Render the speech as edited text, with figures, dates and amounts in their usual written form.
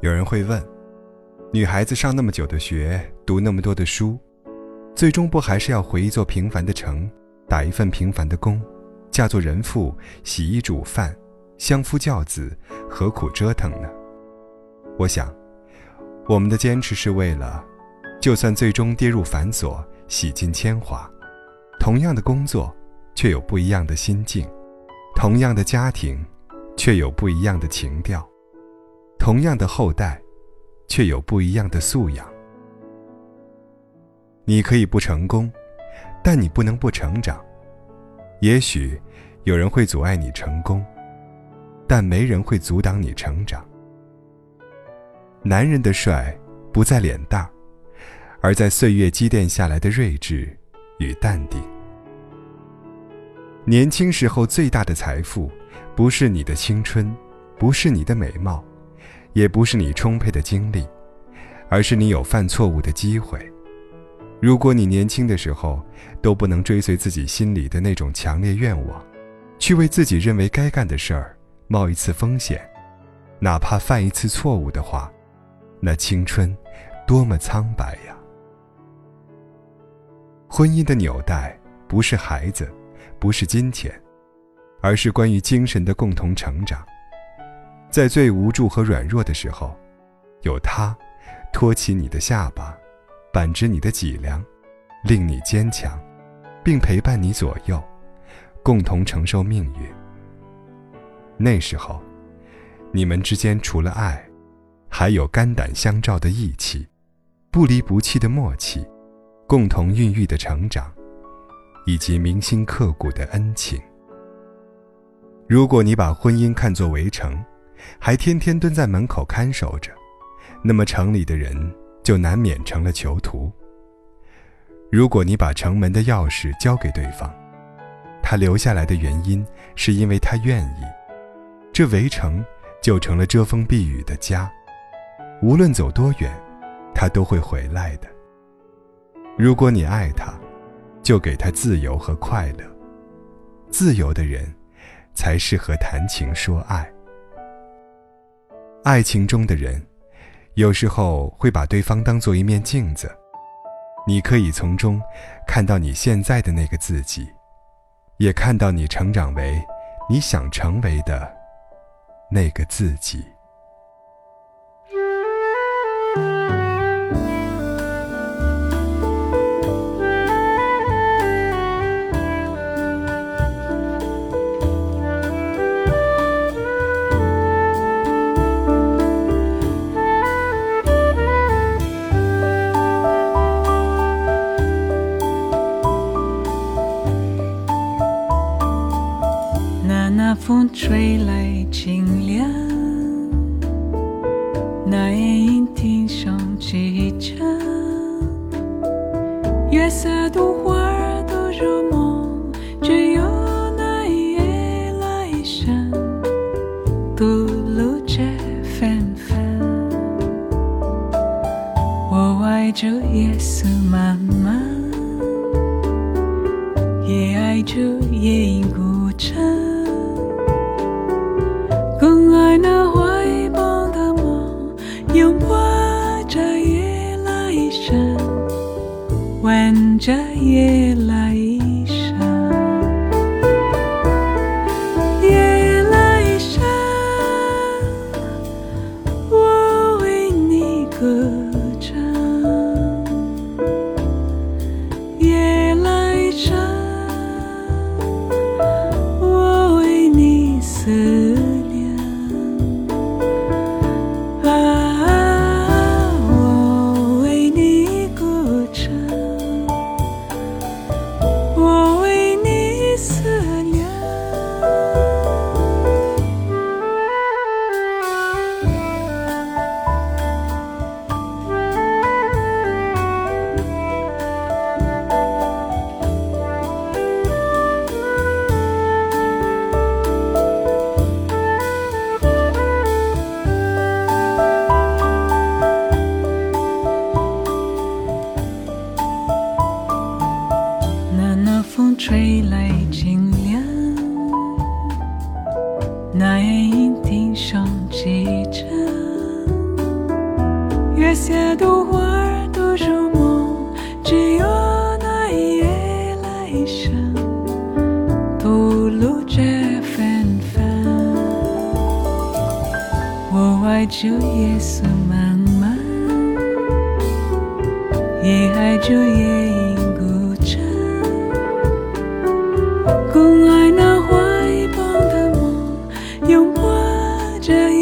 有人会问，女孩子上那么久的学，读那么多的书，最终不还是要回一座平凡的城，打一份平凡的工，嫁做人妇，洗衣煮饭，相夫教子，何苦折腾呢？我想，我们的坚持是为了，就算最终跌入繁琐，洗尽铅华，同样的工作，却有不一样的心境；同样的家庭，却有不一样的情调；同样的后代，却有不一样的素养。你可以不成功，但你不能不成长。也许有人会阻碍你成功，但没人会阻挡你成长。男人的帅不在脸蛋，而在岁月积淀下来的睿智与淡定。年轻时候最大的财富，不是你的青春，不是你的美貌，也不是你充沛的精力，而是你有犯错误的机会。如果你年轻的时候都不能追随自己心里的那种强烈愿望，去为自己认为该干的事儿冒一次风险，哪怕犯一次错误的话，那青春多么苍白呀！婚姻的纽带不是孩子，不是金钱，而是关于精神的共同成长。在最无助和软弱的时候，有他托起你的下巴，扳直你的脊梁，令你坚强，并陪伴你左右，共同承受命运。那时候，你们之间除了爱，还有肝胆相照的义气，不离不弃的默契，共同孕育的成长，以及铭心刻骨的恩情。如果你把婚姻看作围城，还天天蹲在门口看守着，那么城里的人就难免成了囚徒。如果你把城门的钥匙交给对方，他留下来的原因是因为他愿意，这围城就成了遮风避雨的家，无论走多远，他都会回来的。如果你爱他，就给他自由和快乐。自由的人才适合谈情说爱。爱情中的人有时候会把对方当作一面镜子，你可以从中看到你现在的那个自己，也看到你成长为你想成为的那个自己。 那风吹来清凉，那夜莺啼声齐唱，月色独花都入梦，只有那一夜来生吐露着芬芬。我爱着夜色漫漫，也爱着夜莺古城，更爱那怀抱的梦，拥抱着夜来生，吻着夜来生。夜来生，我为你歌唱。夜来生，我为你思念。我为你歌唱，我为你思念。那风吹来清凉，那夜莺啼声齐唱， 月下独花儿独入梦，只有那一夜来生，吐露着芬芬。我爱主耶稣满满，也爱主耶因古城，更爱那怀抱的梦，拥抱着